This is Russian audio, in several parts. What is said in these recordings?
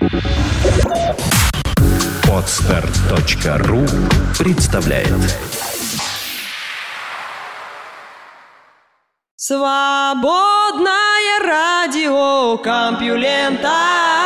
Podster.ru представляет. Свободное радио Компьюлента.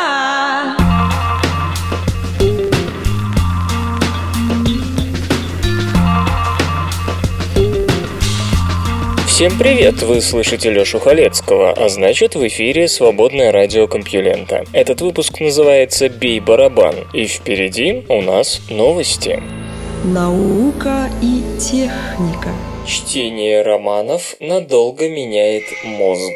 Всем привет! Вы слышите Лёшу Халецкого, а значит в эфире свободное радио Компьюлента. Этот выпуск называется «Бей барабан», и впереди у нас новости. Наука и техника. Чтение романов надолго меняет мозг.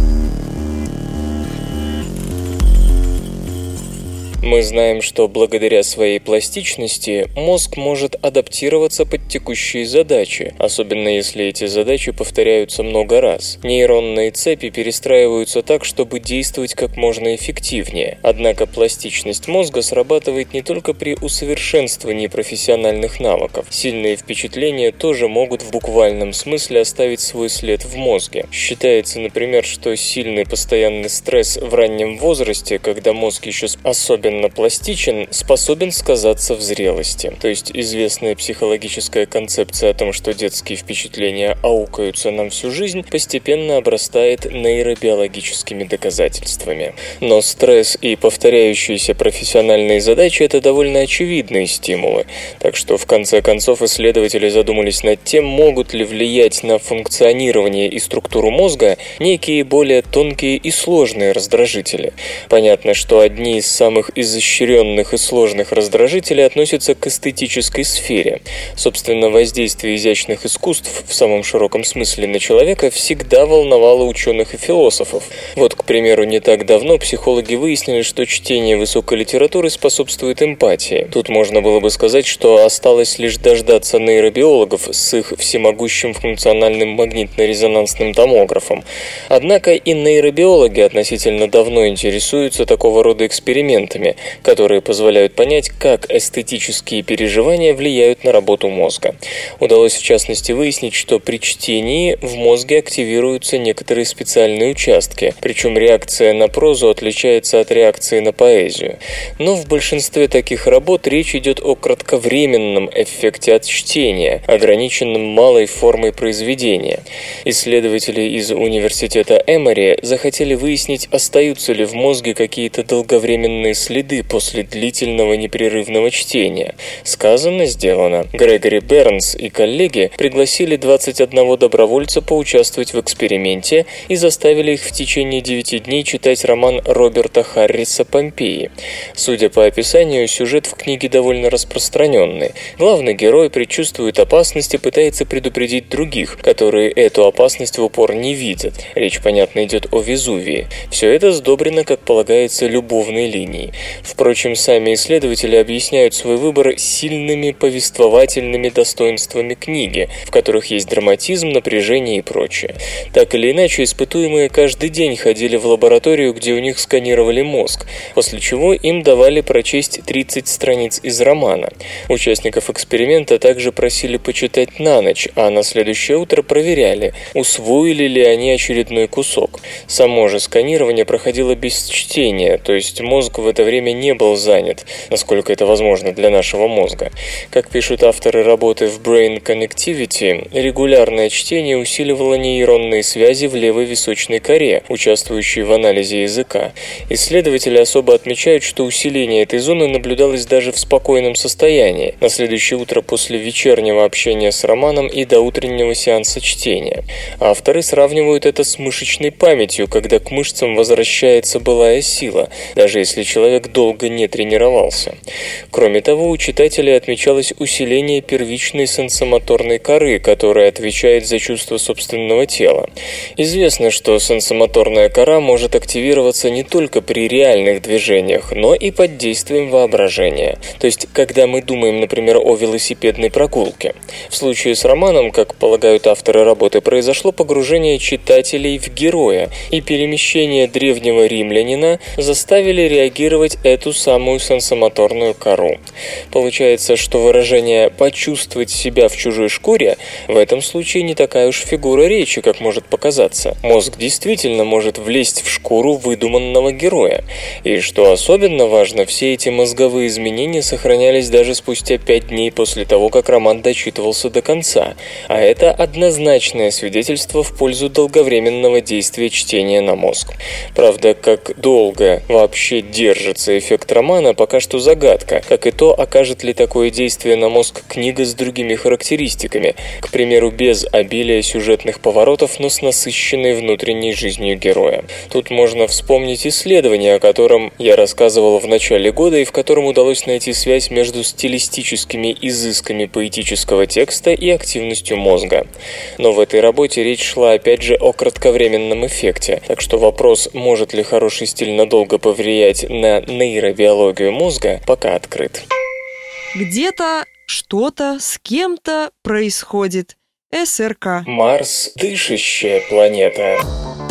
Мы знаем, что благодаря своей пластичности мозг может адаптироваться под текущие задачи, особенно если эти задачи повторяются много раз. Нейронные цепи перестраиваются так, чтобы действовать как можно эффективнее. Однако пластичность мозга срабатывает не только при усовершенствовании профессиональных навыков. Сильные впечатления тоже могут в буквальном смысле оставить свой след в мозге. Считается, например, что сильный постоянный стресс в раннем возрасте, когда мозг еще особенно пластичен, способен сказаться в зрелости. То есть известная психологическая концепция о том, что детские впечатления аукаются нам всю жизнь, постепенно обрастает нейробиологическими доказательствами. Но стресс и повторяющиеся профессиональные задачи – это довольно очевидные стимулы. Так что в конце концов исследователи задумались над тем, могут ли влиять на функционирование и структуру мозга некие более тонкие и сложные раздражители. Понятно, что одни из самых изощренных и сложных раздражителей относятся к эстетической сфере. Собственно, воздействие изящных искусств в самом широком смысле на человека всегда волновало ученых и философов. Вот, к примеру, не так давно психологи выяснили, что чтение высокой литературы способствует эмпатии. Тут можно было бы сказать, что осталось лишь дождаться нейробиологов с их всемогущим функциональным магнитно-резонансным томографом. Однако и нейробиологи относительно давно интересуются такого рода экспериментами, которые позволяют понять, как эстетические переживания влияют на работу мозга. Удалось в частности выяснить, что при чтении в мозге активируются некоторые специальные участки, причем реакция на прозу отличается от реакции на поэзию. Но в большинстве таких работ речь идет о кратковременном эффекте от чтения, ограниченном малой формой произведения. Исследователи из университета Эмори захотели выяснить, остаются ли в мозге какие-то долговременные следы после длительного непрерывного чтения. Сказано, сделано. Грегори Бернс и коллеги пригласили 21 добровольца поучаствовать в эксперименте и заставили их в течение 9 дней читать роман Роберта Харриса «Помпеи». Судя по описанию, сюжет в книге довольно распространенный. Главный герой предчувствует опасность и пытается предупредить других, которые эту опасность в упор не видят. Речь, понятно, идет о Везувии. Все это сдобрено, как полагается, любовной линией. Впрочем, сами исследователи объясняют свой выбор сильными повествовательными достоинствами книги, в которых есть драматизм, напряжение и прочее. Так или иначе, испытуемые каждый день ходили в лабораторию, где у них сканировали мозг, после чего им давали прочесть 30 страниц из романа. Участников эксперимента также просили почитать на ночь, а на следующее утро проверяли, усвоили ли они очередной кусок. Само же сканирование проходило без чтения, то есть мозг в это время не был занят, насколько это возможно для нашего мозга. Как пишут авторы работы в Brain Connectivity, регулярное чтение усиливало нейронные связи в левой височной коре, участвующей в анализе языка. Исследователи особо отмечают, что усиление этой зоны наблюдалось даже в спокойном состоянии, на следующее утро после вечернего общения с романом и до утреннего сеанса чтения. Авторы сравнивают это с мышечной памятью, когда к мышцам возвращается былая сила, даже если человек долго не тренировался. Кроме того, у читателей отмечалось усиление первичной сенсомоторной коры, которая отвечает за чувство собственного тела. Известно, что сенсомоторная кора может активироваться не только при реальных движениях, но и под действием воображения. То есть, когда мы думаем, например, о велосипедной прогулке. В случае с романом, как полагают авторы работы, произошло погружение читателей в героя, и перемещение древнего римлянина заставили реагировать эту самую сенсомоторную кору. Получается, что выражение «почувствовать себя в чужой шкуре» в этом случае не такая уж фигура речи, как может показаться. Мозг действительно может влезть в шкуру выдуманного героя. И что особенно важно, все эти мозговые изменения сохранялись даже спустя 5 дней после того, как роман дочитывался до конца. А это однозначное свидетельство в пользу долговременного действия чтения на мозг. Правда, как долго вообще держится эффект романа, пока что загадка, как и то, окажет ли такое действие на мозг книга с другими характеристиками, к примеру, без обилия сюжетных поворотов, но с насыщенной внутренней жизнью героя. Тут можно вспомнить исследование, о котором я рассказывал в начале года и в котором удалось найти связь между стилистическими изысками поэтического текста и активностью мозга. Но в этой работе речь шла опять же о кратковременном эффекте, так что вопрос, может ли хороший стиль надолго повлиять на нейробиологию мозга, пока открыт. Где-то что-то с кем-то происходит. СРК. Марс – дышащая планета.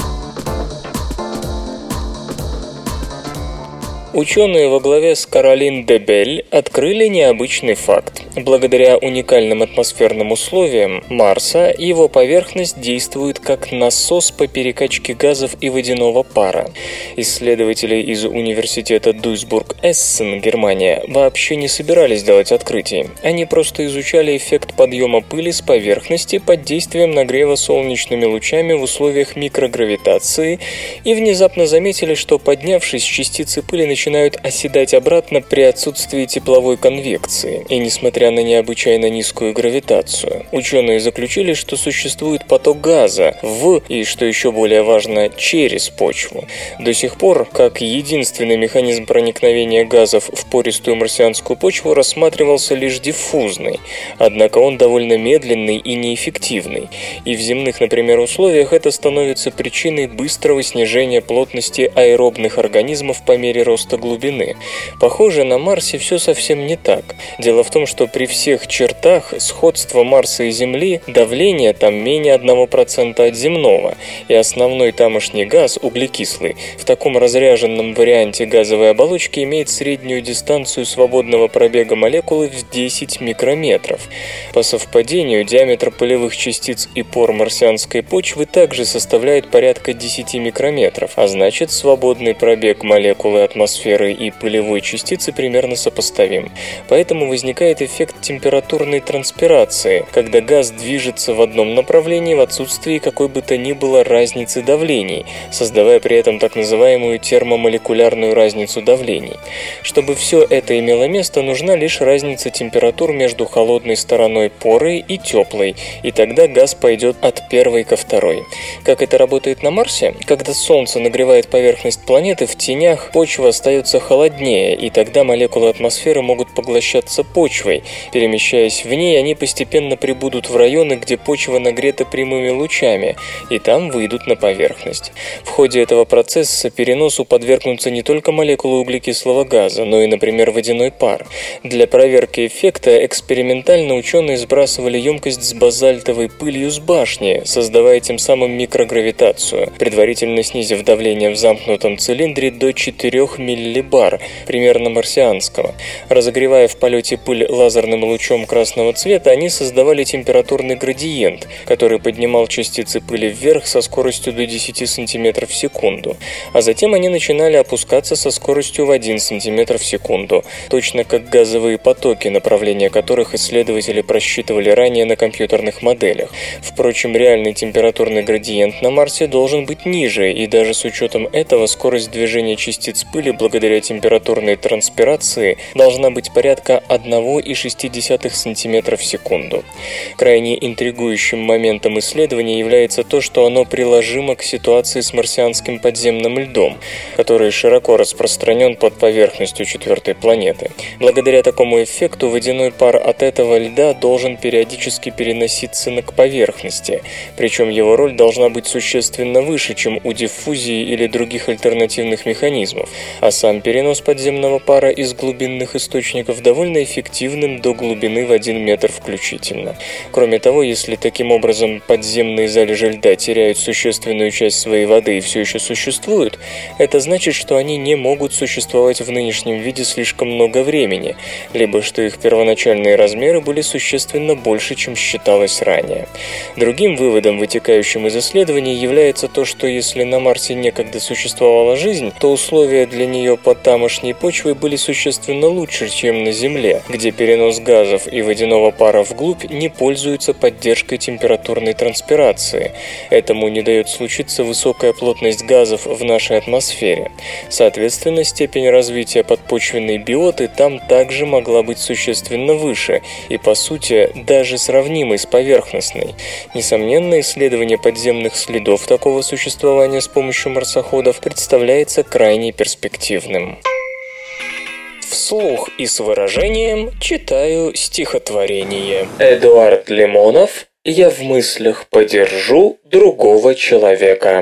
Ученые во главе с Каролин Дебель открыли необычный факт. Благодаря уникальным атмосферным условиям Марса его поверхность действует как насос по перекачке газов и водяного пара. Исследователи из университета Дуйсбург-Эссен, Германия, вообще не собирались делать открытий. Они просто изучали эффект подъема пыли с поверхности под действием нагрева солнечными лучами в условиях микрогравитации и внезапно заметили, что, поднявшись, частицы пыли начинают оседать обратно при отсутствии тепловой конвекции и несмотря на необычайно низкую гравитацию. Ученые заключили, что существует поток газа в, и что еще более важно, через почву. До сих пор, как единственный механизм проникновения газов в пористую марсианскую почву рассматривался лишь диффузный, однако он довольно медленный и неэффективный, и в земных, например, условиях это становится причиной быстрого снижения плотности аэробных организмов по мере роста глубины. Похоже, на Марсе все совсем не так. Дело в том, что при всех чертах сходства Марса и Земли давление там менее 1% от земного, и основной тамошний газ, углекислый, в таком разряженном варианте газовой оболочки имеет среднюю дистанцию свободного пробега молекулы в 10 микрометров. По совпадению, диаметр пылевых частиц и пор марсианской почвы также составляет порядка 10 микрометров, а значит, свободный пробег молекулы атмосферы и пылевой частицы примерно сопоставим. Поэтому возникает эффект температурной транспирации, когда газ движется в одном направлении в отсутствии какой бы то ни было разницы давлений, создавая при этом так называемую термомолекулярную разницу давлений. Чтобы все это имело место, нужна лишь разница температур между холодной стороной поры и теплой, и тогда газ пойдет от первой ко второй. Как это работает на Марсе? Когда Солнце нагревает поверхность планеты, в тенях почва остается холоднее, и тогда молекулы атмосферы могут поглощаться почвой. Перемещаясь в ней, они постепенно прибудут в районы, где почва нагрета прямыми лучами, и там выйдут на поверхность. В ходе этого процесса переносу подвергнутся не только молекулы углекислого газа, но и, например, водяной пар. Для проверки эффекта экспериментально ученые сбрасывали емкость с базальтовой пылью с башни, создавая тем самым микрогравитацию, предварительно снизив давление в замкнутом цилиндре до 4 миллибар, примерно марсианского. Разогревая в полете пыль лазерным лучом красного цвета, они создавали температурный градиент, который поднимал частицы пыли вверх со скоростью до 10 см в секунду. А затем они начинали опускаться со скоростью в 1 см в секунду, точно как газовые потоки, направления которых исследователи просчитывали ранее на компьютерных моделях. Впрочем, реальный температурный градиент на Марсе должен быть ниже, и даже с учетом этого скорость движения частиц пыли благодаря температурной транспирации должна быть порядка 1,6 см в секунду. Крайне интригующим моментом исследования является то, что оно приложимо к ситуации с марсианским подземным льдом, который широко распространен под поверхностью четвертой планеты. Благодаря такому эффекту водяной пар от этого льда должен периодически переноситься к поверхности, причем его роль должна быть существенно выше, чем у диффузии или других альтернативных механизмов, а сам перенос подземного пара из глубинных источников довольно эффективным до глубины в 1 метр включительно. Кроме того, если таким образом подземные залежи льда теряют существенную часть своей воды и все еще существуют, это значит, что они не могут существовать в нынешнем виде слишком много времени, либо что их первоначальные размеры были существенно больше, чем считалось ранее. Другим выводом, вытекающим из исследований, является то, что если на Марсе некогда существовала жизнь, то условия для нее под тамошней почвой были существенно лучше, чем на Земле, где перенос газов и водяного пара вглубь не пользуется поддержкой температурной транспирации. Этому не дает случиться высокая плотность газов в нашей атмосфере. Соответственно, степень развития подпочвенной биоты там также могла быть существенно выше и, по сути, даже сравнимой с поверхностной. Несомненно, исследование подземных следов такого существования с помощью марсоходов представляется крайне перспективным. Вслух и с выражением читаю стихотворение. Эдуард Лимонов. Я в мыслях подержу другого человека.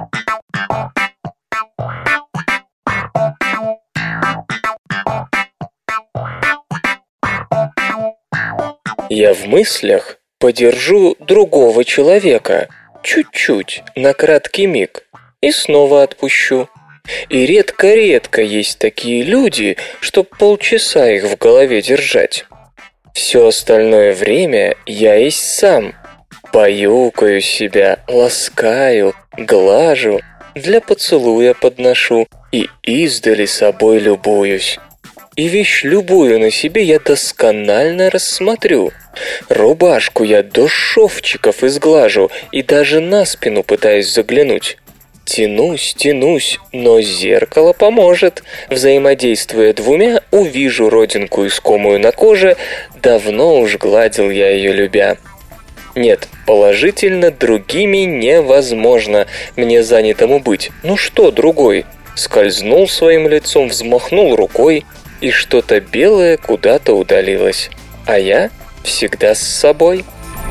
Я в мыслях подержу другого человека, чуть-чуть, на краткий миг, и снова отпущу. И редко-редко есть такие люди, чтоб полчаса их в голове держать. Все остальное время я есть сам. Баюкаю себя, ласкаю, глажу, для поцелуя подношу и издали собой любуюсь. И вещь любую на себе я досконально рассмотрю. Рубашку я до шовчиков изглажу и даже на спину пытаюсь заглянуть. Тянусь, но зеркало поможет. Взаимодействуя двумя, увижу родинку искомую на коже, давно уж гладил я ее любя. Нет, положительно другими невозможно мне занятому быть. Ну что другой? Скользнул своим лицом, взмахнул рукой, и что-то белое куда-то удалилось. А я всегда с собой.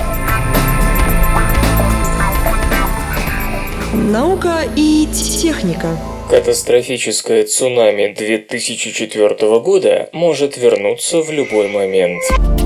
Наука и техника. Катастрофическое цунами 2004 года может вернуться в любой момент.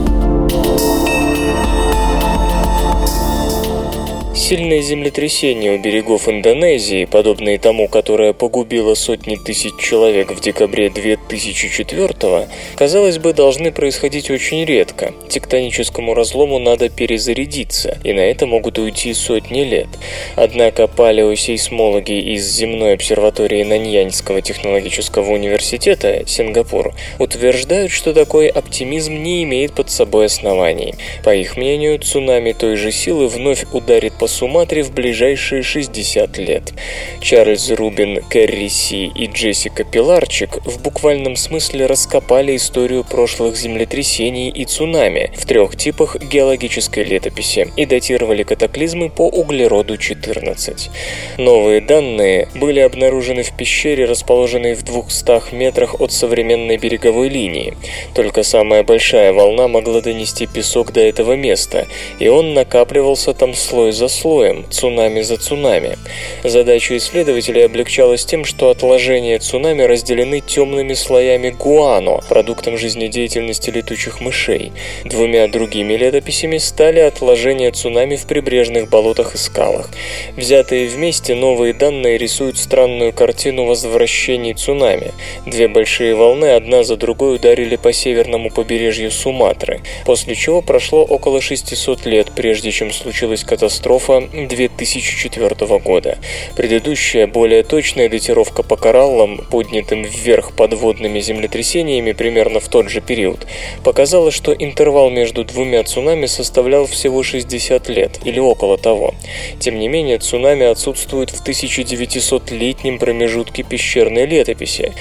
Сильные землетрясения у берегов Индонезии, подобные тому, которое погубило сотни тысяч человек в декабре 2004-го, казалось бы, должны происходить очень редко. Тектоническому разлому надо перезарядиться, и на это могут уйти сотни лет. Однако палеосейсмологи из земной обсерватории Наньяньского технологического университета, Сингапур, утверждают, что такой оптимизм не имеет под собой оснований. По их мнению, цунами той же силы вновь ударит по Суматре в ближайшие 60 лет. Чарльз Рубин, Кэрри Си и Джессика Пиларчик в буквальном смысле раскопали историю прошлых землетрясений и цунами в 3 типах геологической летописи и датировали катаклизмы по углероду-14. Новые данные были обнаружены в пещере, расположенной в 200 метрах от современной береговой линии. Только самая большая волна могла донести песок до этого места, и он накапливался там слой за слоем, цунами за цунами. Задача исследователей облегчалась тем, что отложения цунами разделены темными слоями гуано, продуктом жизнедеятельности летучих мышей. 2 другими летописями стали отложения цунами в прибрежных болотах и скалах. Взятые вместе, новые данные рисуют странную картину возвращений цунами. 2 большие волны одна за другой ударили по северному побережью Суматры, после чего прошло около 600 лет, прежде чем случилась катастрофа 2004 года. Предыдущая, более точная датировка по кораллам, поднятым вверх подводными землетрясениями примерно в тот же период, показала, что интервал между 2 цунами составлял всего 60 лет, или около того. Тем не менее, цунами отсутствует в 1900-летнем промежутке пещерной летописи.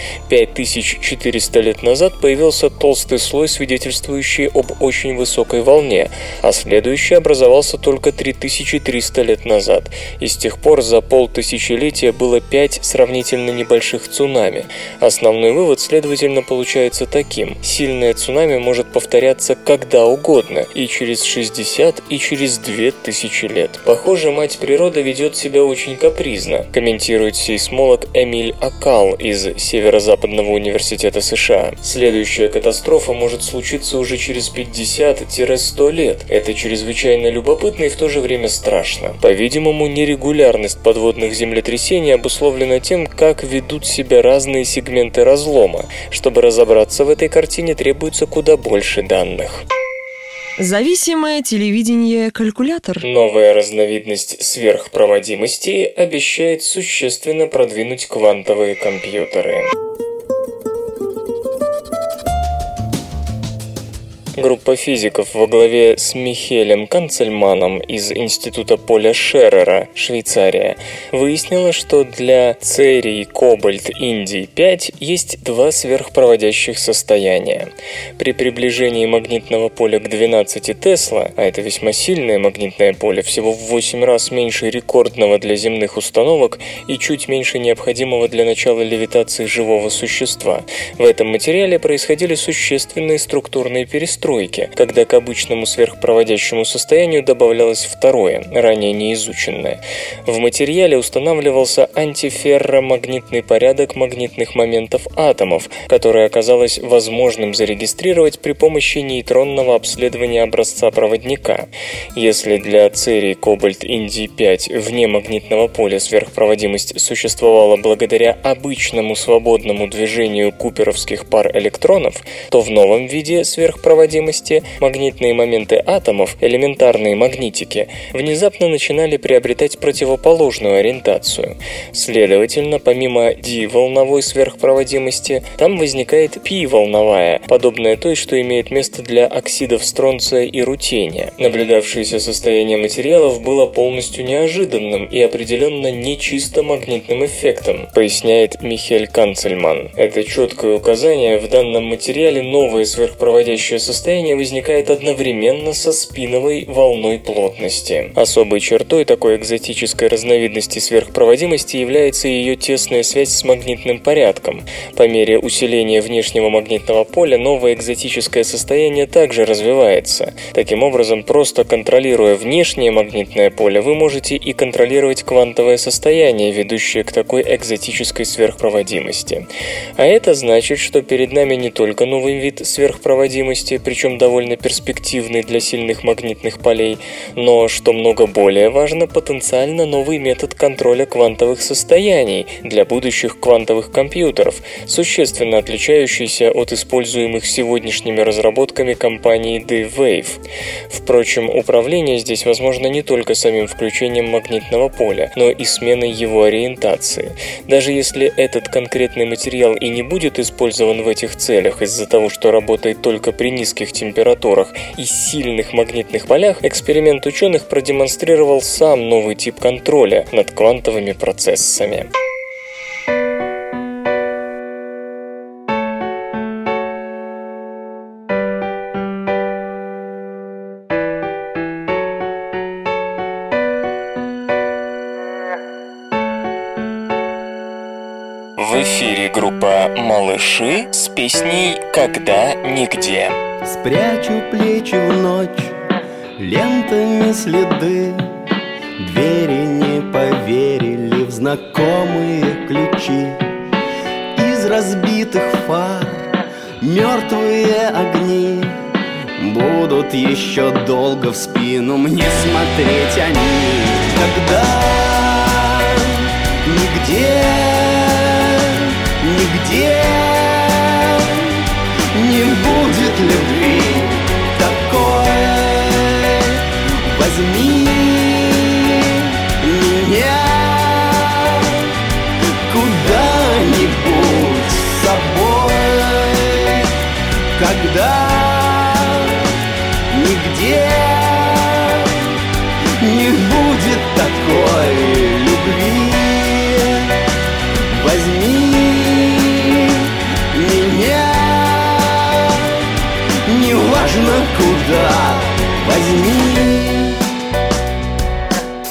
5400 лет назад появился толстый слой, свидетельствующий об очень высокой волне, а следующий образовался только 3300 300 лет назад, и с тех пор за полтысячелетия было 5 сравнительно небольших цунами. Основной вывод, следовательно, получается таким: сильное цунами может повторяться когда угодно, и через 60, и через 2000 лет. Похоже, мать природа ведет себя очень капризно, комментирует сейсмолог Эмиль Акал из Северо-Западного университета США. Следующая катастрофа может случиться уже через 50-100 лет. Это чрезвычайно любопытно и в то же время страшно. По-видимому, нерегулярность подводных землетрясений обусловлена тем, как ведут себя разные сегменты разлома. Чтобы разобраться в этой картине, требуется куда больше данных. Зависимое телевидение-калькулятор. Новая разновидность сверхпроводимости обещает существенно продвинуть квантовые компьютеры. Группа физиков во главе с Михелем Канцельманом из Института Поля Шеррера, Швейцария, выяснила, что для церий, кобальт, индий-5 есть два сверхпроводящих состояния. При приближении магнитного поля к 12 Тесла, а это весьма сильное магнитное поле, всего в 8 раз меньше рекордного для земных установок и чуть меньше необходимого для начала левитации живого существа, в этом материале происходили существенные структурные перестройки, когда к обычному сверхпроводящему состоянию добавлялось второе, ранее неизученное. В материале устанавливался антиферромагнитный порядок магнитных моментов атомов, который оказалось возможным зарегистрировать при помощи нейтронного обследования образца проводника. Если для церий, кобальт, индий-5 вне магнитного поля сверхпроводимость существовала благодаря обычному свободному движению куперовских пар электронов, то в новом виде сверхпроводимости магнитные моменты атомов, элементарные магнитики, внезапно начинали приобретать противоположную ориентацию. Следовательно, помимо D-волновой сверхпроводимости, там возникает P-волновая, подобная той, что имеет место для оксидов стронция и рутения. Наблюдавшееся состояние материалов было полностью неожиданным и определенно не чисто магнитным эффектом, поясняет Михель Канцельман. Это четкое указание: в данном материале новое сверхпроводящее состояние возникает одновременно со спиновой волной плотности. Особой чертой такой экзотической разновидности сверхпроводимости является ее тесная связь с магнитным порядком. По мере усиления внешнего магнитного поля новое экзотическое состояние также развивается. Таким образом, просто контролируя внешнее магнитное поле, вы можете и контролировать квантовое состояние, ведущее к такой экзотической сверхпроводимости. А это значит, что перед нами не только новый вид сверхпроводимости, причем довольно перспективный для сильных магнитных полей, но, что много более важно, потенциально новый метод контроля квантовых состояний для будущих квантовых компьютеров, существенно отличающийся от используемых сегодняшними разработками компании D-Wave. Впрочем, управление здесь возможно не только самим включением магнитного поля, но и сменой его ориентации. Даже если этот конкретный материал и не будет использован в этих целях из-за того, что работает только при низких температурах и сильных магнитных полях, эксперимент ученых продемонстрировал сам новый тип контроля над квантовыми процессами. В эфире группа «Малыши» с песней «Когда, нигде». Спрячу плечи в ночь, лентами следы, двери не поверили в знакомые ключи. Из разбитых фар мертвые огни будут еще долго в спину мне смотреть они. Когда нигде не будет любви такой, возьми меня куда-нибудь с собой. Когда нигде не будет такой любви, возьми меня, неважно куда, возьми.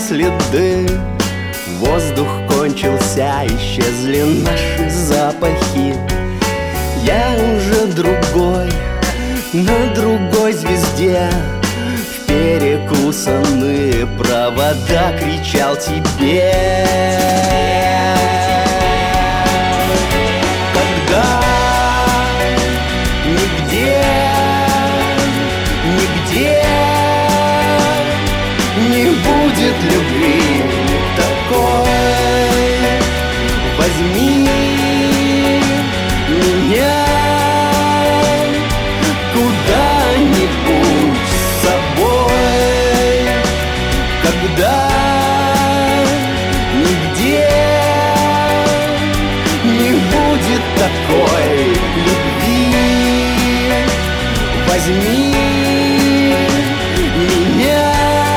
следы. Воздух кончился, исчезли наши запахи. Я уже другой, на другой звезде. В перекусанные провода кричал тебе. Когда нигде не будет любви такой, возьми меня куда-нибудь с собой. Когда нигде не будет такой любви, возьми меня,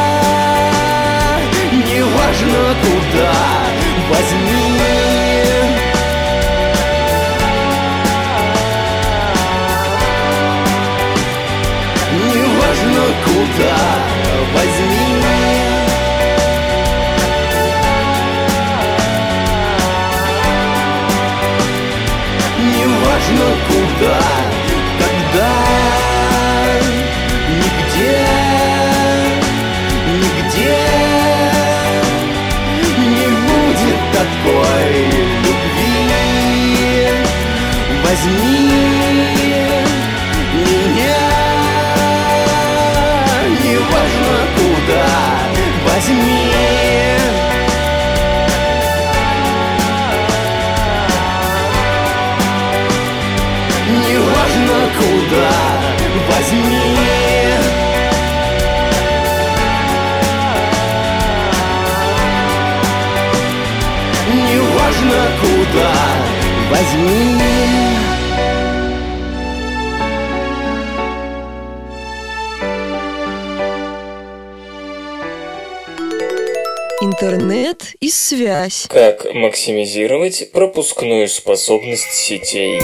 неважно куда, возьми. Неважно куда, возьми. Неважно куда, когда нигде не будет такой любви, возьми меня. Неважно куда, возьми. Неважно куда, возьми. Неважно куда, возьми. Интернет и связь. Как максимизировать пропускную способность сетей?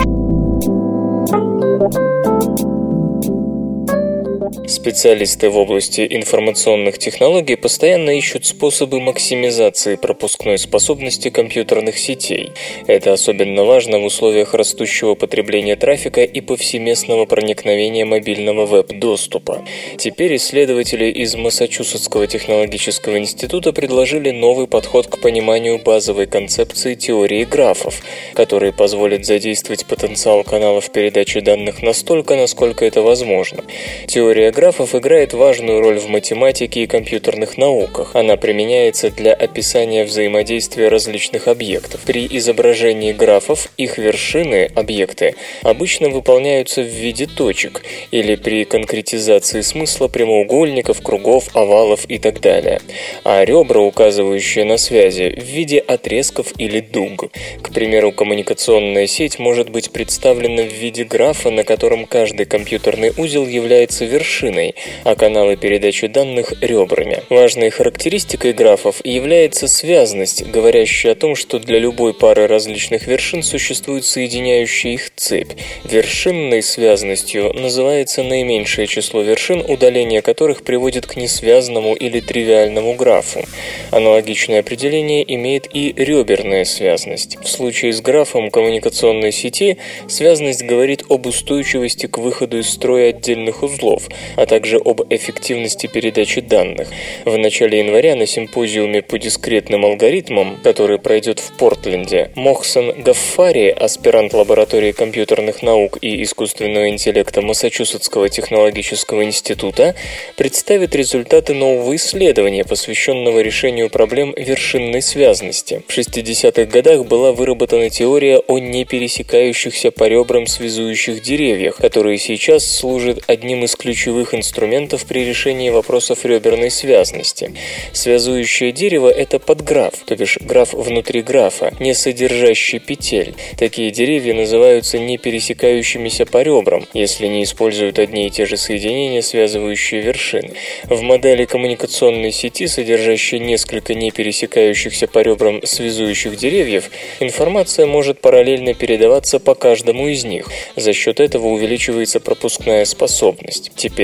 Специалисты в области информационных технологий постоянно ищут способы максимизации пропускной способности компьютерных сетей. Это особенно важно в условиях растущего потребления трафика и повсеместного проникновения мобильного веб-доступа. Теперь исследователи из Массачусетского технологического института предложили новый подход к пониманию базовой концепции теории графов, который позволит задействовать потенциал каналов передачи данных настолько, насколько это возможно. Теория графов играет важную роль в математике и компьютерных науках. Она применяется для описания взаимодействия различных объектов. При изображении графов их вершины, объекты, обычно выполняются в виде точек или при конкретизации смысла прямоугольников, кругов, овалов и так далее. А ребра, указывающие на связи, в виде отрезков или дуг. К примеру, коммуникационная сеть может быть представлена в виде графа, на котором каждый компьютерный узел является вершиной, а каналы передачи данных – ребрами. Важной характеристикой графов является связность, говорящая о том, что для любой пары различных вершин существует соединяющая их цепь. Вершинной связностью называется наименьшее число вершин, удаление которых приводит к несвязанному или тривиальному графу. Аналогичное определение имеет и реберная связность. В случае с графом коммуникационной сети связность говорит об устойчивости к выходу из строя отдельных узлов, а также об эффективности передачи данных. В начале января на симпозиуме по дискретным алгоритмам, который пройдет в Портленде, Мохсен Гаффари, аспирант лаборатории компьютерных наук и искусственного интеллекта Массачусетского технологического института, представит результаты нового исследования, посвященного решению проблем вершинной связности. В 60-х годах была выработана теория о непересекающихся по ребрам связующих деревьях, которые сейчас служат одним из ключевых инструментов при решении вопросов реберной связности. Связующее дерево – это подграф, то бишь граф внутри графа, не содержащий петель. Такие деревья называются непересекающимися по ребрам, если не используют одни и те же соединения, связывающие вершины. В модели коммуникационной сети, содержащей несколько непересекающихся по ребрам связующих деревьев, информация может параллельно передаваться по каждому из них. За счет этого увеличивается пропускная способность. Теперь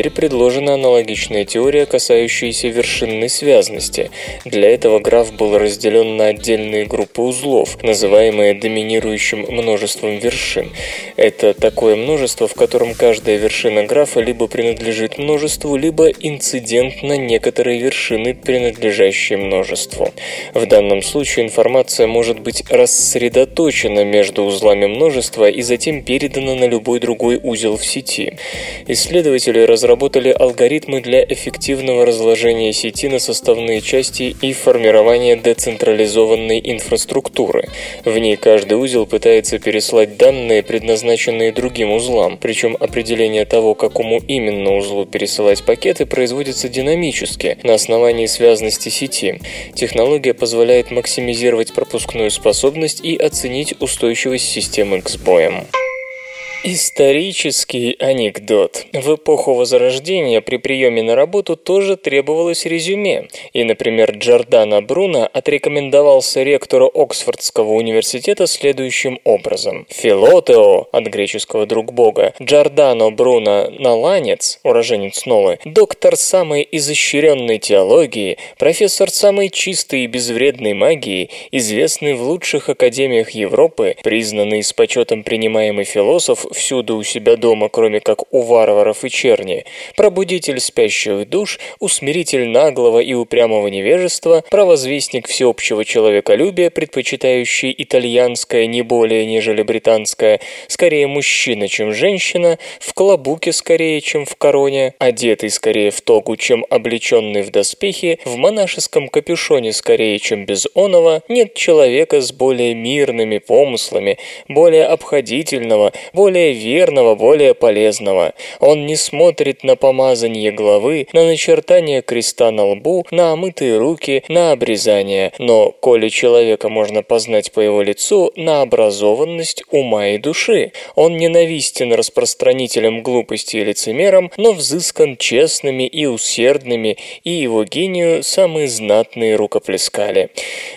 теперь предложена аналогичная теория, касающаяся вершинной связности. Для этого граф был разделен на отдельные группы узлов, называемые доминирующим множеством вершин. Это такое множество, в котором каждая вершина графа либо принадлежит множеству, либо инцидентно некоторые вершины, принадлежащие множеству. В данном случае информация может быть рассредоточена между узлами множества и затем передана на любой другой узел в сети. Исследователи разработали алгоритмы для эффективного разложения сети на составные части и формирования децентрализованной инфраструктуры. В ней каждый узел пытается переслать данные, предназначенные другим узлам, причем определение того, какому именно узлу пересылать пакеты, производится динамически, на основании связности сети. Технология позволяет максимизировать пропускную способность и оценить устойчивость системы к сбоям. Исторический анекдот. В эпоху Возрождения при приеме на работу тоже требовалось резюме. И, например, Джордано Бруно отрекомендовался ректору Оксфордского университета следующим образом. Филотео, от греческого «друг Бога», Джордано Бруно Наланец, уроженец Нолы, доктор самой изощренной теологии, профессор самой чистой и безвредной магии, известный в лучших академиях Европы, признанный с почетом принимаемый философ, всюду у себя дома, кроме как у варваров и черни, пробудитель спящих душ, усмиритель наглого и упрямого невежества, провозвестник всеобщего человеколюбия, предпочитающий итальянское не более, нежели британское, скорее мужчина, чем женщина, в клобуке скорее, чем в короне, одетый скорее в тогу, чем облеченный в доспехи, в монашеском капюшоне скорее, чем без оного, нет человека с более мирными помыслами, более обходительного, более верного, более полезного. Он не смотрит на помазание главы, на начертание креста на лбу, на омытые руки, на обрезание. Но, коли человека можно познать по его лицу, на образованность ума и души. Он ненавистен распространителям глупости и лицемерам, но взыскан честными и усердными, и его гению самые знатные рукоплескали.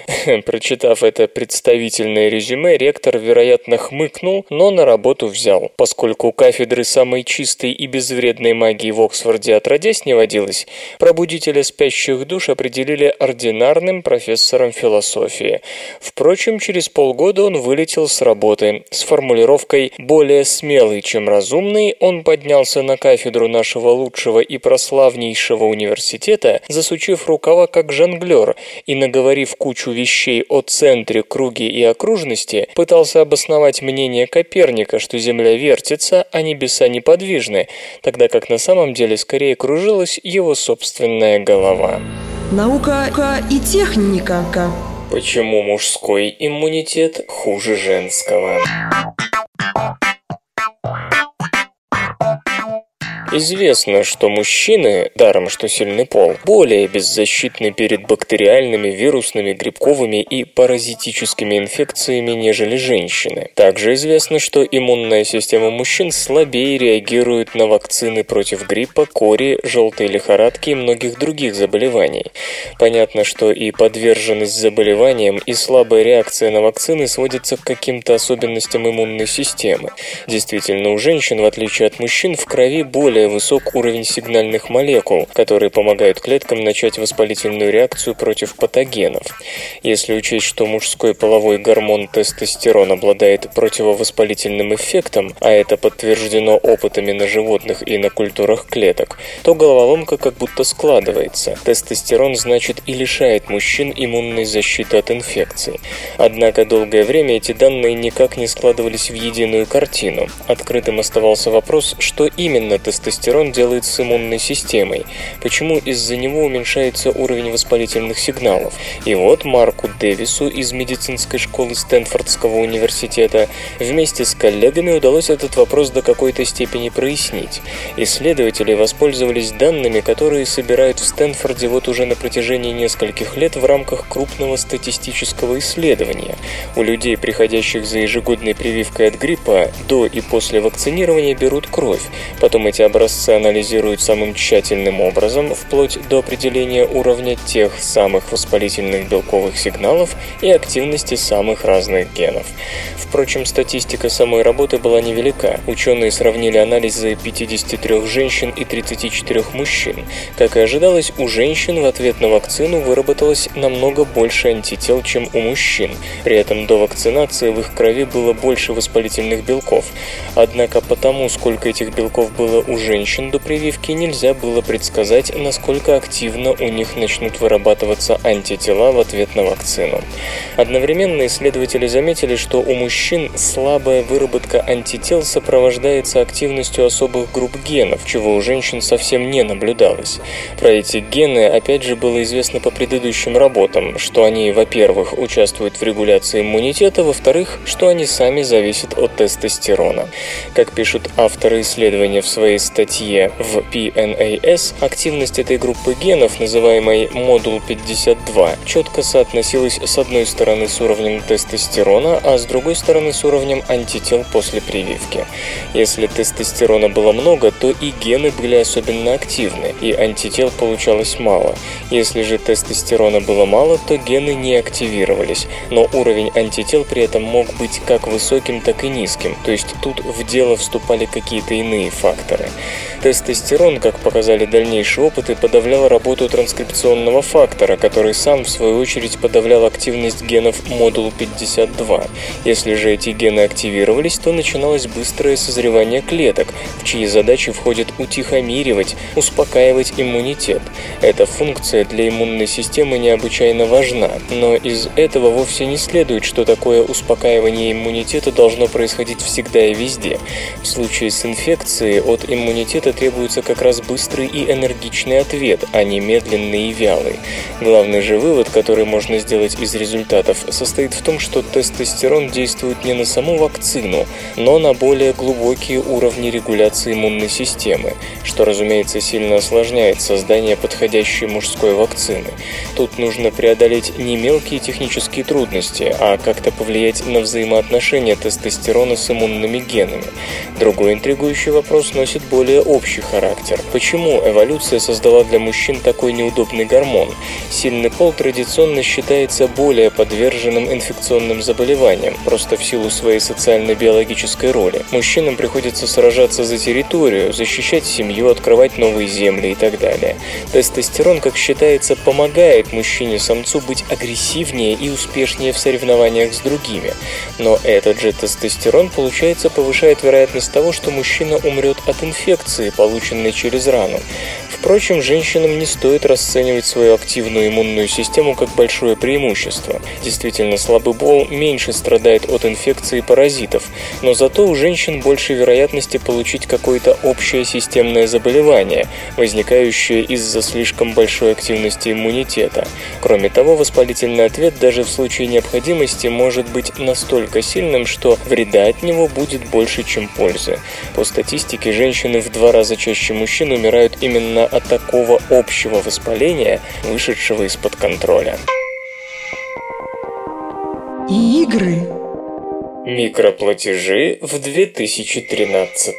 Прочитав это представительное резюме, ректор, вероятно, хмыкнул, но на работу взял. Поскольку кафедры самой чистой и безвредной магии в Оксфорде отродясь не водилось, пробудителя спящих душ определили ординарным профессором философии. Впрочем, через полгода он вылетел с работы. С формулировкой «более смелый, чем разумный» он поднялся на кафедру нашего лучшего и прославнейшего университета, засучив рукава как жонглер и, наговорив кучу вещей о центре, круге и окружности, пытался обосновать мнение Коперника, что Земля вертится, а небеса неподвижны, тогда как на самом деле скорее кружилась его собственная голова. Наука и техника. Почему мужской иммунитет хуже женского? Известно, что мужчины, даром что сильный пол, более беззащитны перед бактериальными, вирусными, грибковыми и паразитическими инфекциями, нежели женщины. Также известно, что иммунная система мужчин слабее реагирует на вакцины против гриппа, кори, желтой лихорадки и многих других заболеваний. Понятно, что и подверженность заболеваниям, и слабая реакция на вакцины сводятся к каким-то особенностям иммунной системы. Действительно, у женщин, в отличие от мужчин, в крови более высок уровень сигнальных молекул, которые помогают клеткам начать воспалительную реакцию против патогенов. Если учесть, что мужской половой гормон тестостерон обладает противовоспалительным эффектом, а это подтверждено опытами на животных и на культурах клеток, то головоломка как будто складывается. Тестостерон, значит, и лишает мужчин иммунной защиты от инфекций. Однако долгое время эти данные никак не складывались в единую картину. Открытым оставался вопрос, что именно тестостерон делает с иммунной системой, почему из-за него уменьшается уровень воспалительных сигналов. И вот Марку Дэвису из медицинской школы Стэнфордского университета вместе с коллегами удалось этот вопрос до какой-то степени прояснить. Исследователи воспользовались данными, которые собирают в Стэнфорде вот уже на протяжении нескольких лет в рамках крупного статистического исследования. У людей, приходящих за ежегодной прививкой от гриппа, до и после вакцинирования берут кровь, потом эти образцы образцы анализируют самым тщательным образом, вплоть до определения уровня тех самых воспалительных белковых сигналов и активности самых разных генов. Впрочем, статистика самой работы была невелика. Ученые сравнили анализы 53 женщин и 34 мужчин. Как и ожидалось, у женщин в ответ на вакцину выработалось намного больше антител, чем у мужчин. При этом до вакцинации в их крови было больше воспалительных белков. Однако потому, сколько этих белков было у женщин до прививки, нельзя было предсказать, насколько активно у них начнут вырабатываться антитела в ответ на вакцину. Одновременно исследователи заметили, что у мужчин слабая выработка антител сопровождается активностью особых групп генов, чего у женщин совсем не наблюдалось. Про эти гены, опять же, было известно по предыдущим работам, что они, во-первых, участвуют в регуляции иммунитета, во-вторых, что они сами зависят от тестостерона. Как пишут авторы исследования в своей статье в PNAS, активность этой группы генов, называемой модул 52, четко соотносилась с одной стороны с уровнем тестостерона, а с другой стороны с уровнем антител после прививки. Если тестостерона было много, то и гены были особенно активны, и антител получалось мало. Если же тестостерона было мало, то гены не активировались, но уровень антител при этом мог быть как высоким, так и низким, то есть тут в дело вступали какие-то иные факторы. Тестостерон, как показали дальнейшие опыты, подавлял работу транскрипционного фактора, который сам, в свою очередь, подавлял активность генов модул 52. Если же эти гены активировались, то начиналось быстрое созревание клеток, в чьи задачи входит утихомиривать, успокаивать иммунитет. Эта функция для иммунной системы необычайно важна, но из этого вовсе не следует, что такое успокаивание иммунитета должно происходить всегда и везде. В случае с инфекцией от иммунитета требуется как раз быстрый и энергичный ответ, а не медленный и вялый. Главный же вывод, который можно сделать из результатов, состоит в том, что тестостерон действует не на саму вакцину, но на более глубокие уровни регуляции иммунной системы, что, разумеется, сильно осложняет создание подходящей мужской вакцины. Тут нужно преодолеть не мелкие технические трудности, а как-то повлиять на взаимоотношения тестостерона с иммунными генами. Другой интригующий вопрос носит более общий характер. Почему эволюция создала для мужчин такой неудобный гормон? Сильный пол традиционно считается более подверженным инфекционным заболеваниям, просто в силу своей социально-биологической роли. Мужчинам приходится сражаться за территорию, защищать семью, открывать новые земли и так далее. Тестостерон, как считается, помогает мужчине-самцу быть агрессивнее и успешнее в соревнованиях с другими. Но этот же тестостерон, получается, повышает вероятность того, что мужчина умрет от инфекции, полученной через рану. Впрочем, женщинам не стоит расценивать свою активную иммунную систему как большое преимущество. Действительно, слабый пол меньше страдает от инфекции и паразитов, но зато у женщин больше вероятности получить какое-то общее системное заболевание, возникающее из-за слишком большой активности иммунитета. Кроме того, воспалительный ответ даже в случае необходимости может быть настолько сильным, что вреда от него будет больше, чем пользы. По статистике, женщины в 2 раза чаще мужчин умирают именно от такого общего воспаления, вышедшего из-под контроля. Игры. Микроплатежи в 2013.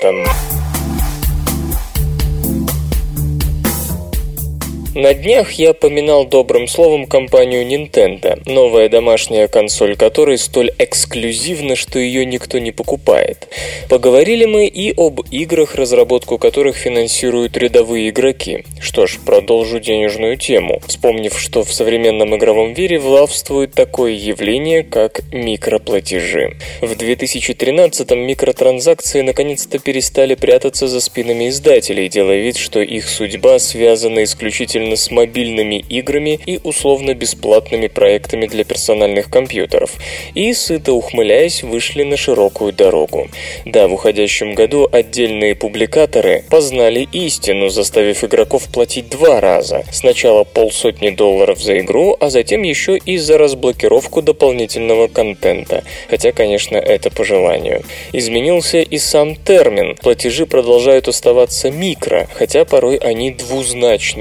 На днях я поминал добрым словом компанию Nintendo, новая домашняя консоль которой столь эксклюзивна, что ее никто не покупает. Поговорили мы и об играх, разработку которых финансируют рядовые игроки. Что ж, продолжу денежную тему, вспомнив, что в современном игровом мире властвует такое явление, как микроплатежи. В 2013-м микротранзакции наконец-то перестали прятаться за спинами издателей, делая вид, что их судьба связана исключительно с мобильными играми и условно-бесплатными проектами для персональных компьютеров, и, сыто ухмыляясь, вышли на широкую дорогу. Да, в уходящем году отдельные публикаторы познали истину, заставив игроков платить 2 раза. Сначала $500 за игру, а затем еще и за разблокировку дополнительного контента. Хотя, конечно, это по желанию. Изменился и сам термин. Платежи продолжают оставаться микро, хотя порой они двузначные, а то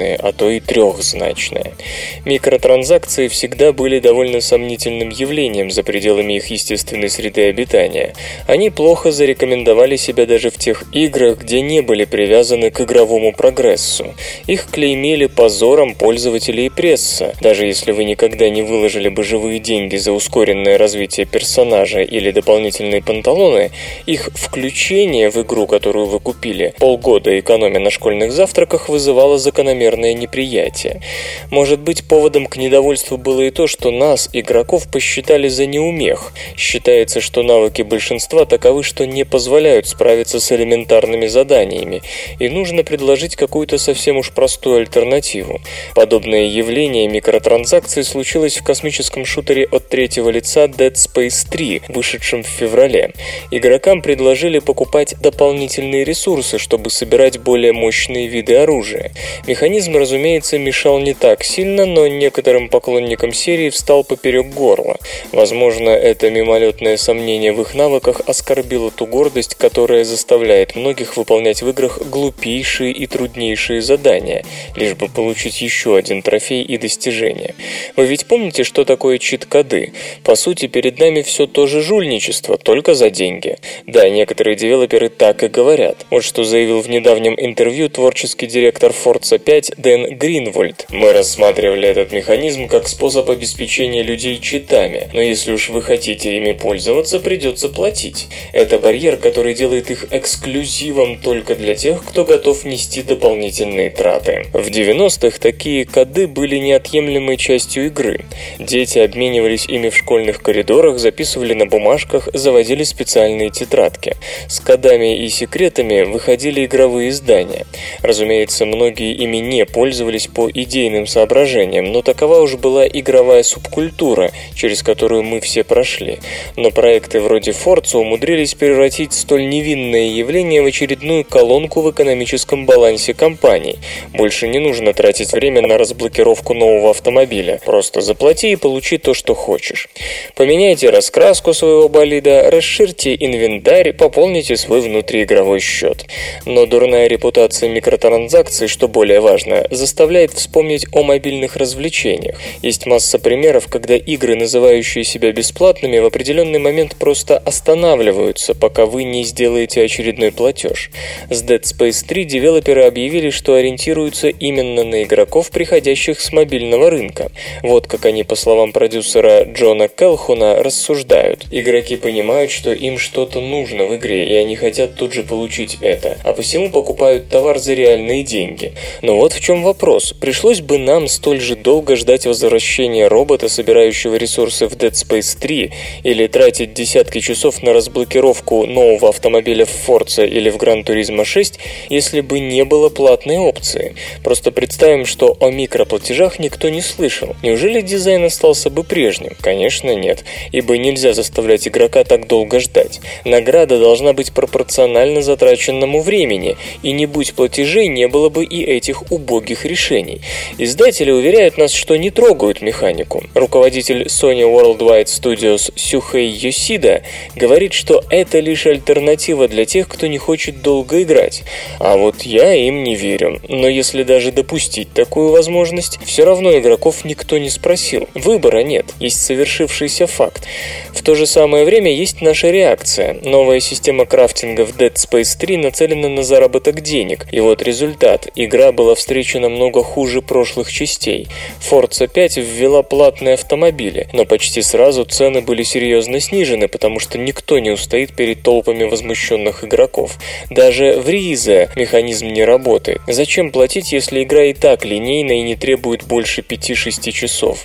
то и трехзначное. Микротранзакции всегда были довольно сомнительным явлением за пределами их естественной среды обитания. Они плохо зарекомендовали себя даже в тех играх, где не были привязаны к игровому прогрессу. Их клеймили позором пользователей и пресса. Даже если вы никогда не выложили бы живые деньги за ускоренное развитие персонажа или дополнительные панталоны, их включение в игру, которую вы купили, полгода экономя на школьных завтраках, вызывало закономерное неприятие. Может быть, поводом к недовольству было и то, что нас, игроков, посчитали за неумех. Считается, что навыки большинства таковы, что не позволяют справиться с элементарными заданиями, и нужно предложить какую-то совсем уж простую альтернативу. Подобное явление микротранзакций случилось в космическом шутере от третьего лица Dead Space 3, вышедшем в феврале. Игрокам предложили покупать дополнительные ресурсы, чтобы собирать более мощные виды оружия. Механизм, разумеется, мешал не так сильно, но некоторым поклонникам серии встал поперек горла. Возможно, это мимолетное сомнение в их навыках оскорбило ту гордость, которая заставляет многих выполнять в играх глупейшие и труднейшие задания, лишь бы получить еще один трофей и достижение. Вы ведь помните, что такое чит-коды? По сути, перед нами все то же жульничество, только за деньги. Да, некоторые девелоперы так и говорят. Вот что заявил в недавнем интервью творческий директор Forza 5 Дэн Гринвольд. «Мы рассматривали этот механизм как способ обеспечения людей читами, но если уж вы хотите ими пользоваться, придется платить. Это барьер, который делает их эксклюзивом только для тех, кто готов нести дополнительные траты». В 90-х такие коды были неотъемлемой частью игры. Дети обменивались ими в школьных коридорах, записывали на бумажках, заводили специальные тетрадки. С кодами и секретами выходили игровые издания. Разумеется, многие ими не пользовались по идейным соображениям, но такова уж была игровая субкультура, через которую мы все прошли. Но проекты вроде Forza умудрились превратить столь невинное явление в очередную колонку в экономическом балансе компаний. Больше не нужно тратить время на разблокировку нового автомобиля. Просто заплати и получи то, что хочешь. Поменяйте раскраску своего болида, расширьте инвентарь, пополните свой внутриигровой счет. Но дурная репутация микротранзакций, что более важно, заставляет вспомнить о мобильных развлечениях. Есть масса примеров, когда игры, называющие себя бесплатными, в определенный момент просто останавливаются, пока вы не сделаете очередной платеж. С Dead Space 3 девелоперы объявили, что ориентируются именно на игроков, приходящих с мобильного рынка. Вот как они, по словам продюсера Джона Келхуна, рассуждают. Игроки понимают, что им что-то нужно в игре, и они хотят тут же получить это, а посему покупают товар за реальные деньги. Но вот в чем вопрос. Пришлось бы нам столь же долго ждать возвращения робота, собирающего ресурсы в Dead Space 3, или тратить десятки часов на разблокировку нового автомобиля в Forza или в Gran Turismo 6, если бы не было платной опции? Просто представим, что о микроплатежах никто не слышал. Неужели дизайн остался бы прежним? Конечно, нет, ибо нельзя заставлять игрока так долго ждать. Награда должна быть пропорциональна затраченному времени, и не будь платежей, не было бы и этих убогих решений. Издатели уверяют нас, что не трогают механику. Руководитель Sony Worldwide Studios Сюхэй Йосида говорит, что это лишь альтернатива для тех, кто не хочет долго играть. А вот я им не верю. Но если даже допустить такую возможность, все равно игроков никто не спросил. Выбора нет, есть совершившийся факт. В то же самое время есть наша реакция. Новая система крафтинга в Dead Space 3 нацелена на заработок денег. И вот результат. Игра была встречена много хуже прошлых частей. Forza 5 ввела платные автомобили, но почти сразу цены были серьезно снижены, потому что никто не устоит перед толпами возмущенных игроков. Даже в Ризе механизм не работает. Зачем платить, если игра и так линейна и не требует больше 5-6 часов?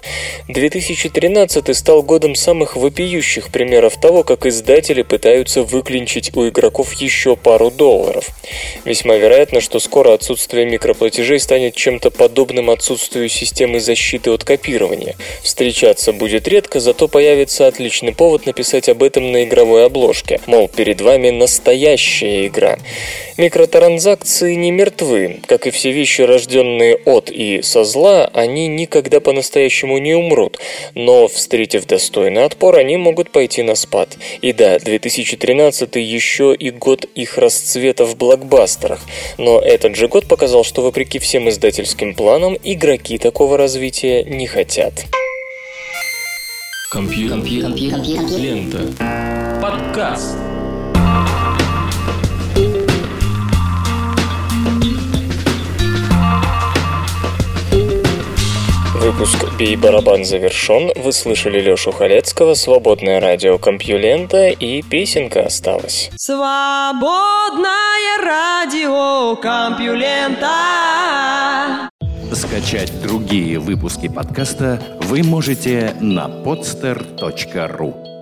2013 стал годом самых вопиющих примеров того, как издатели пытаются выклинчить у игроков еще пару $. Весьма вероятно, что скоро отсутствие микроплатежей станет чем-то подобным отсутствию системы защиты от копирования. Встречаться будет редко, зато появится отличный повод написать об этом на игровой обложке. Мол, перед вами настоящая игра. Микротранзакции не мертвы. Как и все вещи, рожденные от и со зла, они никогда по-настоящему не умрут. Но, встретив достойный отпор, они могут пойти на спад. И да, 2013 еще и год их расцвета в блокбастерах. Но этот же год показал, что вопреки всем издательским издательским планом игроки такого развития не хотят. Лента. Подкаст. Выпуск «Бей-барабан» завершен. Вы слышали Лёшу Халецкого, «Свободное радио Компьюлента» и песенка осталась. Свободное радио Компьюлента. Скачать другие выпуски подкаста вы можете на podster.ru.